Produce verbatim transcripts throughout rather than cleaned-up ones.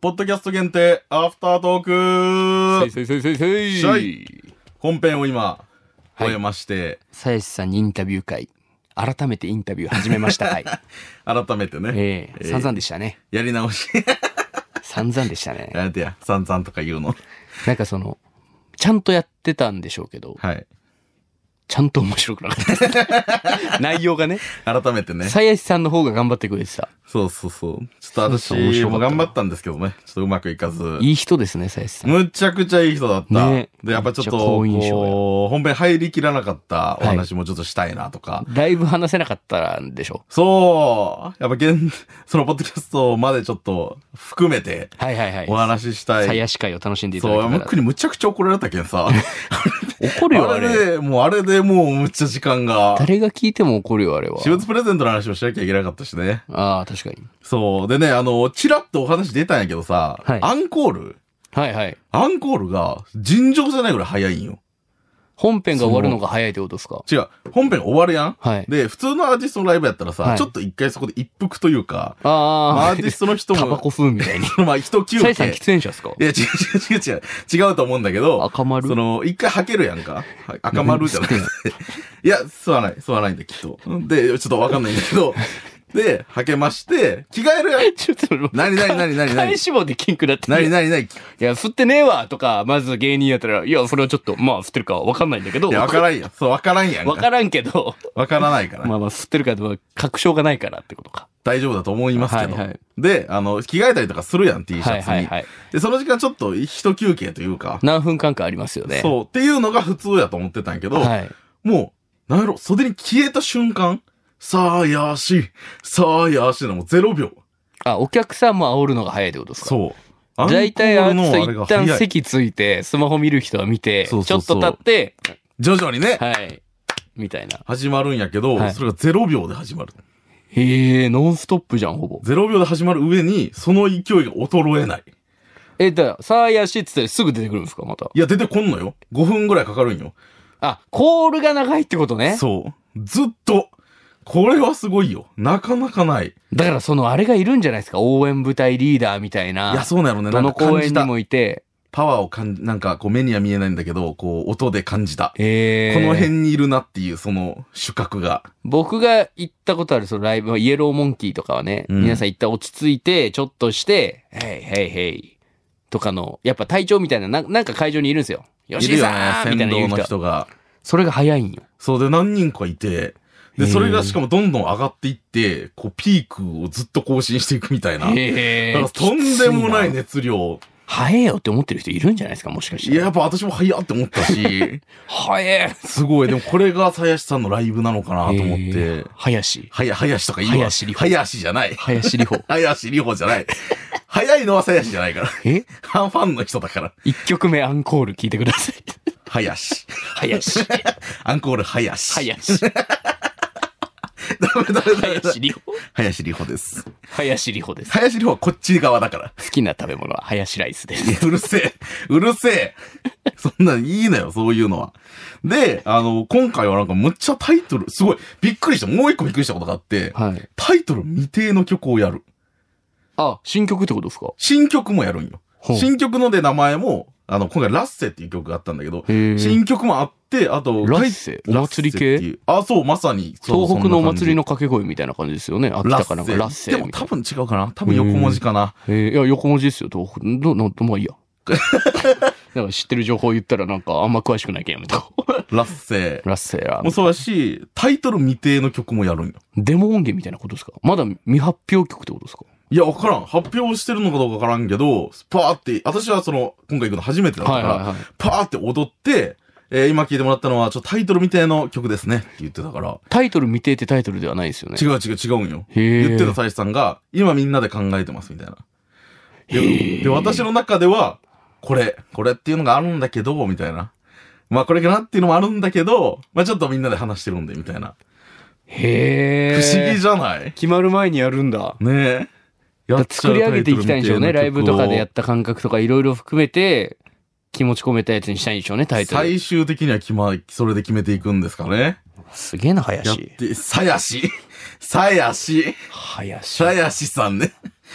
ポッドキャスト限定アフタートークせいせいせいせいしゃい本編を今終えまして、 さやしさんにインタビュー会、改めてインタビュー始めました会改めてね、 ええー、散々でしたね。 やり直し散々でしたね。 やめてや、散々とか言うの。 なんかそのちゃんとやってたんでしょうけど、 はい、 ちゃんと面白くなかった内容がね。 改めてね、 さやしさんの方が頑張ってくれてた。 そうそうそう。ちょっと私も頑張ったんですけどね、ちょっとうまくいかず。 いい人ですね、さやしさん。 むちゃくちゃいい人だった。 ね、 で、やっぱちょっとこう本編入りきらなかったお話もちょっとしたいなとか。 はい、だいぶ話せなかったんでしょ。 そう。やっぱ現そのポッドキャストまでちょっと含めて、 はいはいはい。 お話ししたい。 さやし会を楽しんでいただきたい。 そう、ムックにむちゃくちゃ怒られたけんさ。 怒るよあれ。 あれで、もうあれでもうむっちゃ時間が。 誰が聞いても怒るよあれは。 私物プレゼントの話をしなきゃいけなかったしね。 ああ、確かに。 そう。でね、あの、チラッとお話出たんやけどさ、 はい、 アンコールはいはい。 アンコールが尋常じゃないぐらい早いんよ。 本編が終わるのが早いってことですか？ 違う。本編終わるやん。 はい。 で、普通のアーティストのライブやったらさ、はい、ちょっと一回そこで一服というか、ああ、アーティストの人も。 タバコ吸うみたいに。 まあ、人休憩。 サイさん喫煙者ですか？いや、違う違う違う違う。違うと思うんだけど、 赤丸その、一回吐けるやんか。赤丸じゃなくて。いや、吸わない。吸わないんだ、きっと。で、ちょっとわかんないんだけど、で、はけまして、着替えるやん。ちょっと、なになになになになに体脂肪でキンクなってなになになにいや、振ってねえわとか、まず芸人やったら、いや、それはちょっと、まあ、振ってるかわかんないんだけど。 いや、わからんやん。そう、わからんやん。 わからんけど。 わからないから。 まあまあ、振ってるかと確証がないからってことか。 大丈夫だと思いますけど。 はいはい、 で、あの、着替えたりとかするやん、T シャツに。はいはいはい。で、その時間ちょっと一休憩というか。 何分間かありますよね。 そう。っていうのが普通やと思ってたんやけど、はい、もう、なんやろ、袖に消えた瞬間、さあやし、さあやしのもうゼロびょう。 あ、お客さんも煽るのが早いってことですか？ そう。 大体あの一旦席ついて、スマホ見る人は見て、そうそうそうちょっと経って、 徐々にね。 はい。みたいな。 始まるんやけど、はい、それがゼロびょうで始まる。 へえ、ノンストップじゃん、ほぼ。 ゼロびょうで始まる上に、その勢いが衰えない。 え、だから、さあやしって言ったらすぐ出てくるんですか、また。 いや、出てこんのよ。ごふんぐらいかかるんよ。 あ、コールが長いってことね。 そう。ずっと。これはすごいよ。なかなかない。 だからそのあれがいるんじゃないですか。応援部隊リーダーみたいな。 いや、そうなのね。 どの公園にもいて。 パワーを感じ、なんかこう目には見えないんだけど、こう音で感じた。 へー。 この辺にいるなっていうその主角が。 僕が行ったことあるそのライブはイエローモンキーとかはね、うん、皆さん一旦落ち着いて、ちょっとして、ヘイヘイヘイとかの、やっぱ隊長みたいな、な、なんか会場にいるんですよ。吉井さんみたいな先導の人が。 それが早いんよ。 そうで何人かいて、で、それがしかもどんどん上がっていって、こう、ピークをずっと更新していくみたいな。 へだからとんでもない熱量。 早えよって思ってる人いるんじゃないですか、もしかして。 いや、やっぱ私も早って思ったし。 早え。 すごい。でもこれが林さんのライブなのかなと思って。 林。 はや、林とか言うわ。 林里穂。 林じゃない。 林里穂。 林里穂じゃない。早いのは林じゃないから。 えファンファンの人だから。 一曲目アンコール聞いてください。 林。 林。 アンコール林。 林。 ダメダメダメ。 林里穂。 林里穂です。 林里穂です。 林里穂はこっち側だから。 好きな食べ物はハヤシライスです。 いや、うるせえ。うるせえ。そんなんいいのよ、そういうのは。で、あの、今回はなんかむっちゃタイトル、すごい、びっくりした。もう一個びっくりしたことがあって、はい、タイトル未定の曲をやる。 あ、新曲ってことですか？ 新曲もやるんよ。新曲ので名前も、あの、今回ラッセっていう曲があったんだけど、新曲もあって、あと、 ラッセお祭り系？ あ、そう、まさに。 東北のお祭りの掛け声みたいな感じですよね。あったかなんかラッセ。 でも多分違うかな。多分横文字かな。 えいや、横文字ですよ、東北。ど、な、まあいいや。なんか知ってる情報言ったらなんかあんま詳しくないけんやめとこう。 ラッセ。 ラッセラ。 もうそうだし、タイトル未定の曲もやるんよ。 デモ音源みたいなことですか？まだ未発表曲ってことですか？ いや、わからん。発表してるのかどうかわからんけど、パーって、私はその、今回行くの初めてだったから、はいはいはい、パーって踊って、えー、今聞いてもらったのは、ちょっとタイトル未定の曲ですねって言ってたから。 タイトル未定ってタイトルではないですよね。 違う違う違うんよ。言ってたサイさんが、今みんなで考えてますみたいな。で、で私の中では、これ、これっていうのがあるんだけど、みたいな。まあこれかなっていうのもあるんだけど、まあちょっとみんなで話してるんで、みたいな。 へー。不思議じゃない？ 決まる前にやるんだ。 ねえ。 作り上げていきたいんでしょうね。ライブとかでやった感覚とかいろいろ含めて気持ち込めたやつにしたいんでしょうね、タイトル。 最終的には決ま、それで決めていくんですかね。 すげえな、林。 やって、さやし。さやし。 林。 さやしさんね。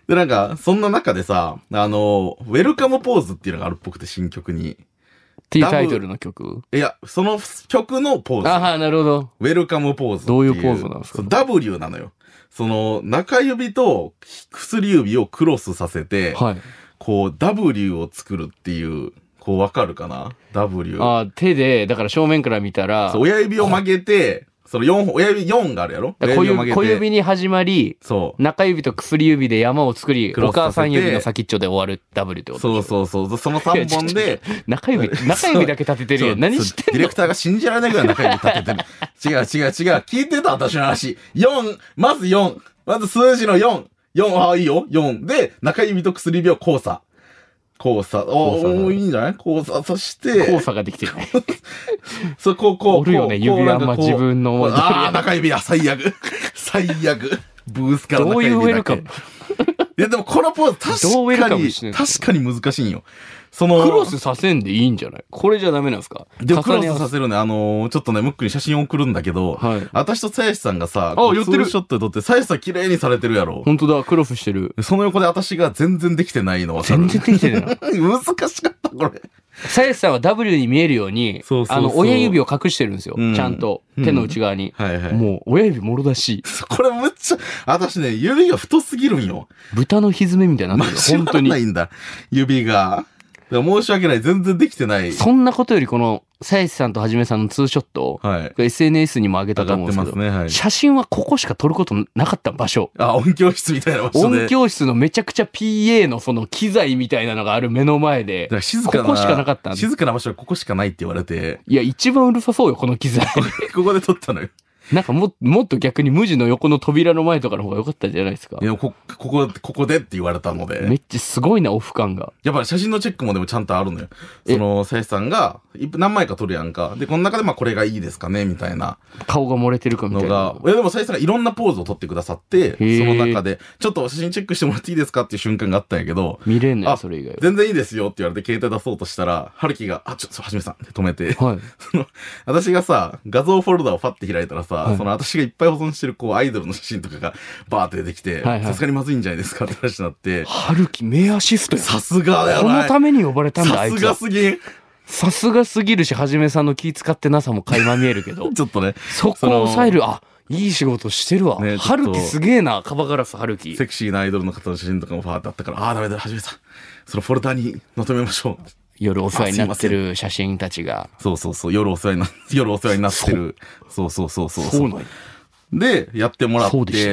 で、なんか、そんな中でさ、あの、ウェルカムポーズっていうのがあるっぽくて、新曲に。 っていうタイトルの曲。 いや、その曲のポーズ。 ああ、なるほど。 ウェルカムポーズっていう。 どういうポーズなんですか？ ダブリュー なのよ。その、中指と薬指をクロスさせて、 はい。 こう、ダブリュー を作るっていう、こう、わかるかな ?ダブリュー。 ああ、手で、だから正面から見たら、 そう親指を曲げて、そのよん、親指よんがあるやろ小指、小指に始まり、 そう。 中指と薬指で山を作り、お母さん指の先っちょで終わる ダブリュー ってことそうそうそう。そのさんぼんで、 中指、中指だけ立ててるやん。何してんの？ ディレクターが信じられないぐらい中指立ててる。違う違う違う。聞いてた私の話。よん、まずよん。まず数字のよん。よん、ああ、いいよ。よん。で、中指と薬指を交差。交差。おー、いいんじゃない交差。そして。 交差ができてる。 そう、こう、こう。 おるよね、指あんま自分の思い通り。 ああ、中指や、最悪。最悪。ブースから中指だけ。 どういうウェルカム？ いや、でもこのポーズ確かに、確かに難しいんよ。その、 クロスさせんでいいんじゃない？これじゃダメなんですか？ で、クロスさせるね。あのー、ちょっとね、ムックに写真送るんだけど、 はい。 私とさやしさんがさ、 あ、寄ってる。 ツーショットで撮って、さやしさん綺麗にされてるやろ。 本当だ、クロスしてる。 その横で私が全然できてないのは全然できてない。 難しかった、これ。 さやしさんは ダブリュー に見えるように、 そうそうそう、 あの、親指を隠してるんですよ。 うん、 ちゃんと。手の内側に。 うん、はいはい。 もう、親指もろだし。 これむっちゃ、私ね、指が太すぎるんよ。 豚のひずめみたいになってる。本当に。 ないんだ。指が。申し訳ない。全然できてない。 そんなことよりこの、さやしさんとはじめさんのツーショット、はい、エスエヌエス にも上げたと思うんですけど、 ねはい、 写真はここしか撮ることなかった場所。 あ、音響室みたいな場所で。 音響室のめちゃくちゃ ピーエー のその機材みたいなのがある目の前で、 静かなここしかなかったんです。 静かな場所はここしかないって言われて。 いや、一番うるさそうよ、この機材。 ここで撮ったのよ。 なんかも、もっと逆に無地の横の扉の前とかの方が良かったんじゃないですか。 いや、こ、ここ、ここでって言われたので。 めっちゃすごいな、オフ感が。 やっぱり写真のチェックもでもちゃんとあるのよ。その、さやしさんが、何枚か撮るやんか。で、この中でまあこれがいいですかね、みたいな。 顔が漏れてるかみたいな。 いや、でもさやしさんがいろんなポーズを撮ってくださって、その中で、ちょっと写真チェックしてもらっていいですかっていう瞬間があったんやけど。 見れんのよ、それ以外は。 全然いいですよって言われて携帯出そうとしたら、はるきが、あ、ちょっとはじめさんって止めて。 はい。 その、私がさ、画像フォルダをファって開いたらさ、はい、その私がいっぱい保存してるこうアイドルの写真とかがバーって出てきて、さすがにまずいんじゃないですかって話になって。 はるき名アシストや。 さすがやな。 このために呼ばれたんだ、 あいつ。さすがすぎん。 さすがすぎるし、はじめさんの気使ってなさも垣間見えるけど。 ちょっとね。 そこを抑える、あ、いい仕事してるわ。ね、はるきすげえな、カバガラスはるき。 セクシーなアイドルの方の写真とかもファーってあったから、ああ、ダメだ、はじめさん。そのフォルダにまとめましょう。 夜お世話になってる写真たちが。 そうそうそう、夜お世話にな、夜お世話になってる。そうそうそうそう。 そうなんや。 で、やってもらって、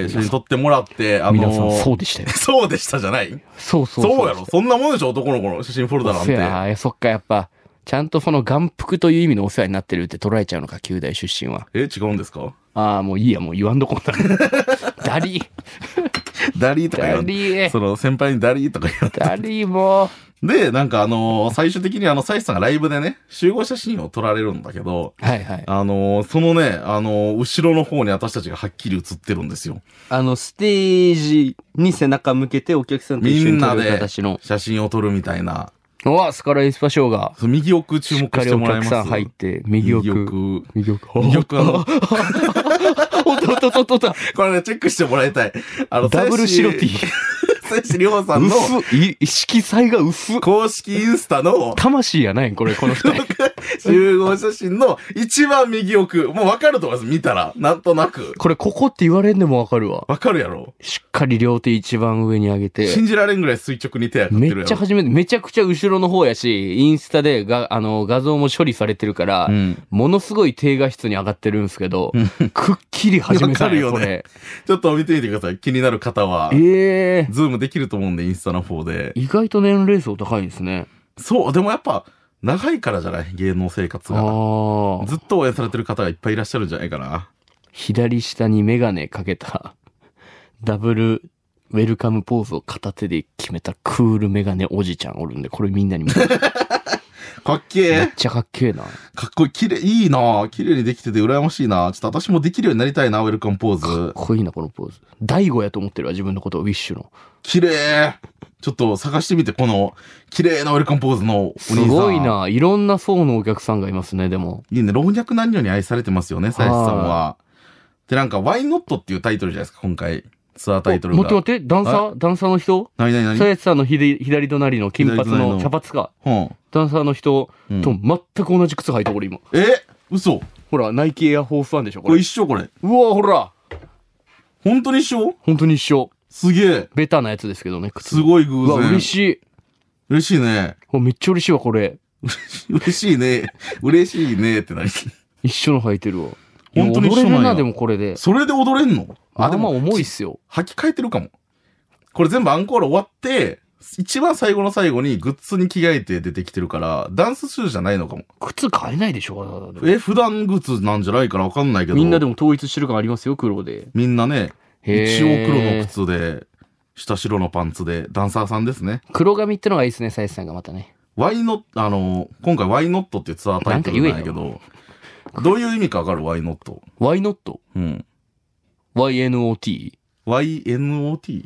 写真撮ってもらって、 あのー、皆さんそうでしたよ。 そうでしたじゃないそうそうそう。 そうやろ。そんなもんでしょ、男の子の写真フォルダなんて。 いや、そっか、やっぱ、ちゃんとその眼福という意味のお世話になってるって捉えちゃうのか、旧大出身は。 え、違うんですか？ ああ、もういいや、もう言わんどこんだ。ダリー。 ダリーとか言わダリー。 その先輩にダリーとか言わダリーもで、なんかあのー、最終的にあの、サイスさんがライブでね、集合写真を撮られるんだけど、 はいはい。 あのー、そのね、あのー、後ろの方に私たちがはっきり写ってるんですよ。 あの、ステージに背中向けてお客さんと一緒に撮る形の。 みんなで写真を撮るみたいな。 うわ、スカラエスパショーが。 右奥注目してもらいます。 しっかりお客さん入って、右奥。 右奥。 右奥。 右奥あの、 おっとおっとおっとおっと。 これね、チェックしてもらいたい。あの、 ダブル白 T。 林里穂さんの、 薄い、色彩が薄。 公式インスタの、 魂やないんこれ、この人。 集合写真の一番右奥。もうわかると思います。見たら。なんとなく。 これ、ここって言われんでもわかるわ。 わかるやろ。 しっかり両手一番上に上げて。 信じられんぐらい垂直に手やってるやろ。 めっちゃ初めて、めちゃくちゃ後ろの方やし、インスタでが、あの、画像も処理されてるから、うん、ものすごい低画質に上がってるんですけど、くっきり始めたね、これ。 ちょっと見てみてください。気になる方は。 ええー。 ズームできると思うんで、インスタの方で。 意外と年齢層高いんですね。 そう、でもやっぱ、長いからじゃない芸能生活が。ずっと応援されてる方がいっぱいいらっしゃるんじゃないかな。 左下にメガネかけた、ダブルウェルカムポーズを片手で決めたクールメガネおじちゃんおるんで、これみんなに見てかっけえ。 めっちゃかっけえな。 かっこいい。綺麗、いいな綺麗にできてて羨ましいなちょっと私もできるようになりたいな、ウェルカムポーズ。 かっこいいな、このポーズ。大悟やと思ってるわ、自分のことを、ウィッシュの。 綺麗。ちょっと探してみて、この、綺麗なウェルカムポーズのお兄さん。 すごいな。いろんな層のお客さんがいますね、でも。 いいね。老若男女に愛されてますよね、林さんは。で、なんか、Why Not っていうタイトルじゃないですか、今回。 ツアータイトルが。 待って待って、ダンサーダンサーの人なになになにさやつさんの左左隣の金髪の茶髪か。 うん。 ダンサーの人と全く同じ靴履いておる今。 え嘘ほら、ナイキエアフォースワンでしょこれ。 これ一緒これ。 うわ、ほら。 本当に一緒本当に一緒。 すげえ。 ベタなやつですけどね、靴。 すごい偶然。 うわ、嬉しい。 嬉しいね。 めっちゃ嬉しいわ、これ。 嬉しいね。嬉しいねって何一緒の履いてるわ。 本当に一緒なんや。 踊れるな、でもこれで。 それで踊れんのあ、でも重いっすよ。 履き替えてるかも。これ全部アンコール終わって、一番最後の最後にグッズに着替えて出てきてるから、ダンスシューじゃないのかも。 靴買えないでしょえ、普段グッズなんじゃないからわかんないけど。 みんなでも統一してる感ありますよ、黒で。 みんなね、 へー一応黒の靴で、下白のパンツで、ダンサーさんですね。 黒髪ってのがいいですね、サイスさんがまたね。 ワイノット、あの、今回ワイノットっていうツアータイトルなんやけど、どういう意味かわかるワイノット。 ワイノットうん。 ワイエヌオーティー? ワイエヌオーティー?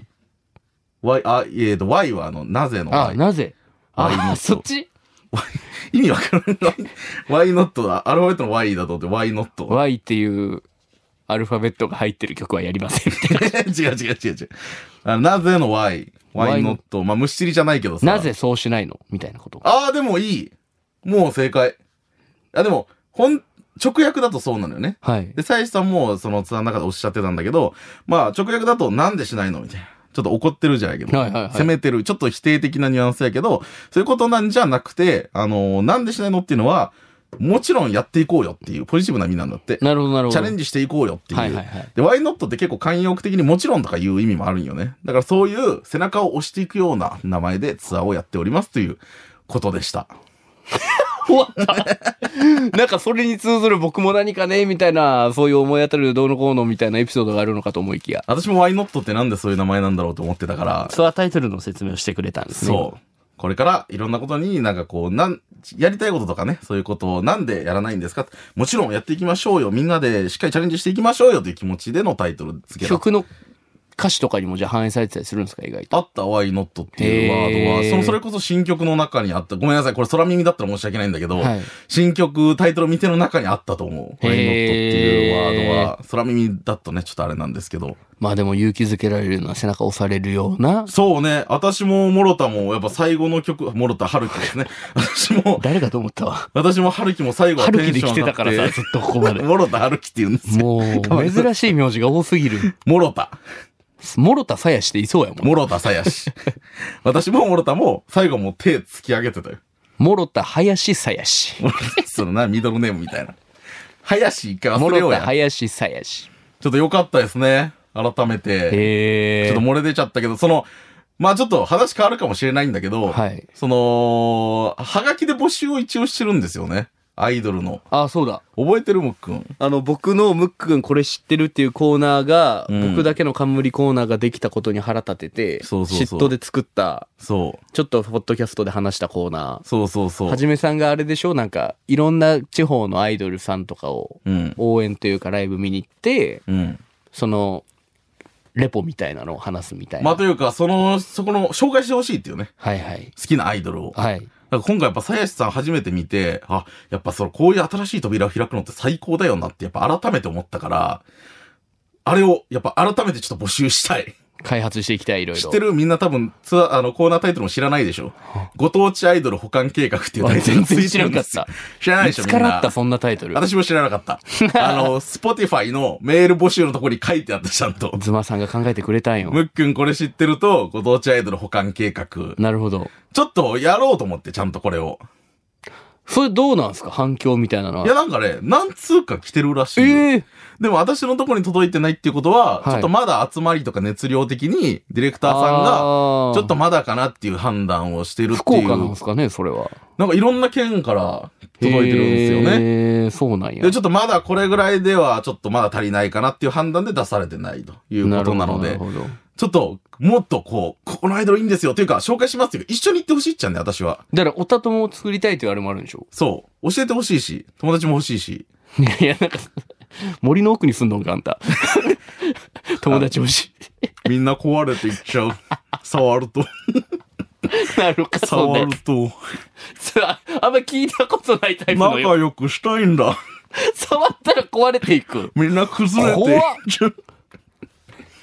Y、あ、えーと、Y はあの、なぜの Y。 あ、なぜワイノット。 あ、そっち意味わからない。Y ノットだ。アルファベットの Y だと思って Y ノット。 Y っていうアルファベットが入ってる曲はやりません。 違う違う違う違う。あなぜの Y。Y ノット。まあ、虫知りじゃないけどさ。 なぜそうしないのみたいなこと。 ああ、でもいい。もう正解。あ、でも、ほん、直訳だとそうなのよね。 はい。 で、さやしさんもそのツアーの中でおっしゃってたんだけど、まあ、直訳だとなんでしないのみたいな。ちょっと怒ってるじゃないけど、 はいはいはい、 責めてる、ちょっと否定的なニュアンスやけど、そういうことなんじゃなくて、あのー、なんでしないのっていうのは、もちろんやっていこうよっていうポジティブな意味なんだって。 なるほどなるほど。 チャレンジしていこうよっていう。 はいはいはい。 で、ワイノットって結構慣用句的にもちろんとかいう意味もあるんよね。だからそういう背中を押していくような名前でツアーをやっておりますということでした。 終わったなんかそれに通ずる僕も何かねみたいな、そういう思い当たるどうのこうのみたいなエピソードがあるのかと思いきや、 私もワイノットってなんでそういう名前なんだろうと思ってたから、 ツアータイトルの説明をしてくれたんですね。 そう。これからいろんなことになんかこう、なん、やりたいこととかね、そういうことをなんでやらないんですか？もちろんやっていきましょうよ。みんなでしっかりチャレンジしていきましょうよという気持ちでのタイトル付けた。 曲の歌詞とかにもじゃあ反映されてたりするんですか意外と。 あった、ワイノットっていうワードは、その、それこそ新曲の中にあった。ごめんなさい、これ空耳だったら申し訳ないんだけど、はい、新曲タイトル見ての中にあったと思う。ワイノットっていうワードは、空耳だとね、ちょっとあれなんですけど。 まあでも勇気づけられるような、背中押されるような。 そうね、私もモロタもやっぱ最後の曲、モロタ春樹ですね。私も。 誰かと思ったわ。 私も春樹も最後はテンション上がって。 春樹で来てたからさ、ずっとここまで。 モロタ春樹って言うんですよ。 もう、珍しい名字が多すぎる。 モロタ。 諸田さやしっていそうやもん。 諸田さやし。私も諸田も最後もう手突き上げてたよ。 諸田林さやし。 そのな、ミドルネームみたいな。林一回忘れようや。 諸田林さやし。 ちょっと良かったですね。改めて。 へー。 ちょっと漏れ出ちゃったけど、その、まあちょっと話変わるかもしれないんだけど、 はい。 その、はがきで募集を一応してるんですよね。アイドルの。 あ、そうだ。 覚えてるムックン。 あの、僕のムックンこれ知ってるっていうコーナーが、 うん、 僕だけの冠コーナーができたことに腹立てて、 そうそうそう嫉妬で作った、 そう。 ちょっとポッドキャストで話したコーナー。 そうそうそう。 はじめさんがあれでしょなんか、いろんな地方のアイドルさんとかを、応援というかライブ見に行って、 うん、 その、レポみたいなのを話すみたいな。 まあというか、その、そこの、紹介してほしいっていうね。 はいはい。 好きなアイドルを。 はい。 だから今回やっぱさやしさん初めて見て、あ、やっぱそのこういう新しい扉を開くのって最高だよなってやっぱ改めて思ったから、あれをやっぱ改めてちょっと募集したい。 開発していきたい、いろいろ。 知ってるみんな多分ツアー、あのコーナータイトルも知らないでしょ。ご当地アイドル保管計画っていうタイトル全然知らなかった。 知らないでしょみんな。 いつからあったそんなタイトル。 私も知らなかった。あの、スポティファイのメール募集のところに書いてあったちゃんと。 ズマさんが考えてくれたんよ。 むっくんこれ知ってると、ご当地アイドル保管計画。 なるほど。 ちょっとやろうと思ってちゃんとこれを。 それどうなんすか反響みたいなのは。 いやなんかね、何通か来てるらしいよ。えー、でも私のところに届いてないっていうことは、はい、ちょっとまだ集まりとか熱量的に、ディレクターさんが、ちょっとまだかなっていう判断をしてるっていう。 福岡なんですかね、それは。 なんかいろんな県から届いてるんですよね。 へー、そうなんや。 で、ちょっとまだこれぐらいでは、ちょっとまだ足りないかなっていう判断で出されてないということなので、なるほど、なるほど。ちょっと、もっとこう、このアイドルいいんですよっていうか、紹介しますっていうか、一緒に行ってほしいっちゃうんね、私は。 だから、おたともを作りたいというあれもあるんでしょ？ そう。教えてほしいし、友達も欲しいし。 いやいや、なんか、森の奥に住んどんか、あんた。友達欲しい。みんな壊れていっちゃう。触ると。 なるか、 触ると。 あ、あんま聞いたことないタイプのよ。 仲良くしたいんだ。 触ったら壊れていく。 みんな崩れていっちゃう。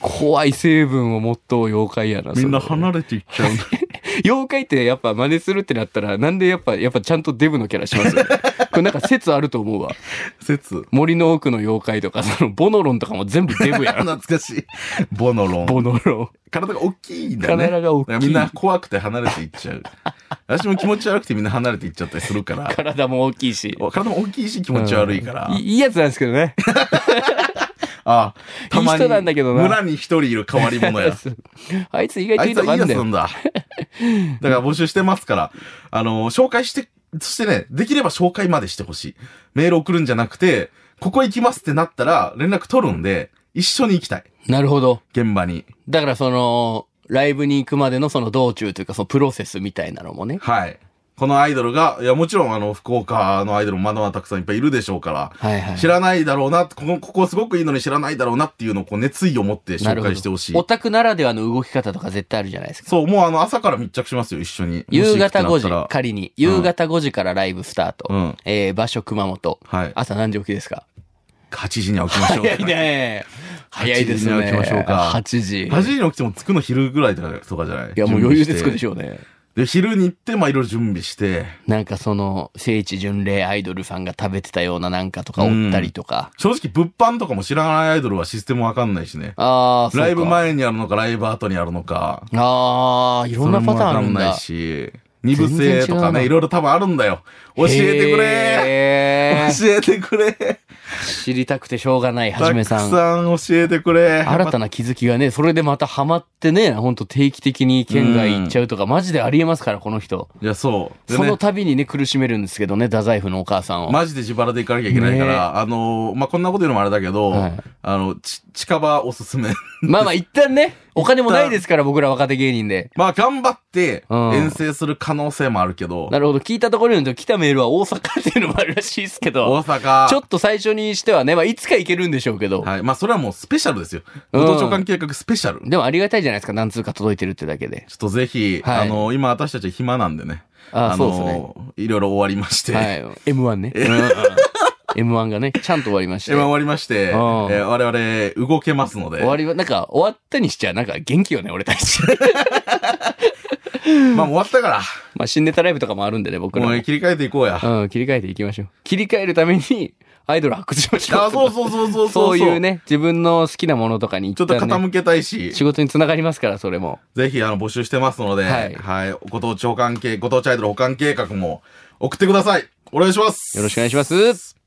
怖い成分を持っとう妖怪やな。 みんな離れていっちゃう。 妖怪ってやっぱ真似するってなったら、なんでやっぱ、やっぱちゃんとデブのキャラしますよね。これなんか説あると思うわ。 説。 森の奥の妖怪とか、そのボノロンとかも全部デブやん。 懐かしい。ボノロン。 ボノロン。 体が大きいんだよね。 体が大きい。 みんな怖くて離れていっちゃう。私も気持ち悪くてみんな離れていっちゃったりするから。 体も大きいし。 体も大きいし気持ち悪いから。 うん、いいやつなんですけどね。 ああ、たまにいい人なんだけどな。 村に一人いる変わり者や。 あいつ意外といいとこあるんだよ。 あいつはいいやつなんだ。だから募集してますから、あの、紹介して、そしてね、できれば紹介までしてほしい。メール送るんじゃなくて、ここ行きますってなったら連絡取るんで、一緒に行きたい。 なるほど。 現場に。 だからその、ライブに行くまでのその道中というかそのプロセスみたいなのもね。 はい。このアイドルが、いやもちろんあの、福岡のアイドルもまだまだたくさんいっぱいいるでしょうから、 はいはい、 知らないだろうな、ここ、ここすごくいいのに知らないだろうなっていうのをこう熱意を持って紹介してほしい。 オタクならではの動き方とか絶対あるじゃないですか。 そう、もうあの、朝から密着しますよ、一緒に。 夕方ごじ、仮に。夕方ごじからライブスタート。 うん、 えー、場所熊本。 はい。 朝何時起きですか？ はちじに起きましょう。 早いね。早いですね。 はちじに起きましょうか。 はちじ。 はちじに起きても着くの昼ぐらいとかじゃない？ いや、もう余裕で着くでしょうね。 で、昼に行って、まあ、いろいろ準備して。 なんかその、聖地巡礼アイドルさんが食べてたようななんかとかおったりとか。 うん、正直、物販とかも知らないアイドルはシステムわかんないしね。 ああ、そうか。 ライブ前にあるのか、ライブ後にあるのか。 ああ、いろんなパターンあるんだ。 わかんないし。二部制とかね、いろいろ多分あるんだよ。教えてくれ教えてくれ知りたくてしょうがない、はじめさん。 たくさん教えてくれ。 新たな気づきがね、それでまたハマってね、ほんと定期的に県外行っちゃうとか、マジでありえますから、この人。 いや、そう。 ね、その度にね、苦しめるんですけどね、太宰府のお母さんを。 マジで自腹で行かなきゃいけないから、ね、あのー、まあ、こんなこと言うのもあれだけど、はい、あの、ち、近場おすすめ。 まあまあ、一旦ね、お金もないですから、僕ら若手芸人で。 まあ、頑張って、遠征する可能性もあるけど。 なるほど。聞いたところによると、来たメールは大阪っていうのもあるらしいですけど。 大阪。 ちょっと最初にしてはね、まあ、いつか行けるんでしょうけど。 はい。まあ、それはもうスペシャルですよ。ご当地間計画スペシャル、 うん。でもありがたいじゃないですか。何通か届いてるってだけで。 ちょっとぜひ、はい、あのー、今私たち暇なんでね。 あ、あのー、そうですね。 いろいろ終わりまして。 はい。エムワン ね。エムワン がね、ちゃんと終わりまして。 エムワン 終わりまして、えー、我々動けますので。 終わりは、なんか終わったにしちゃ、なんか元気よね、俺たち。 まあ終わったから。 まあ新ネタライブとかもあるんでね、僕らも。 もう切り替えていこうや。 うん、切り替えていきましょう。切り替えるために、アイドル発掘しましょう。 あ、そうそうそうそうそう。 そういうね、自分の好きなものとかに、ね、 ちょっと傾けたいし。 仕事につながりますから、それも。 ぜひ、あの、募集してますので、はい。はい。ご当地保管計、ご当地アイドル保管計画も送ってください。お願いします。 よろしくお願いします。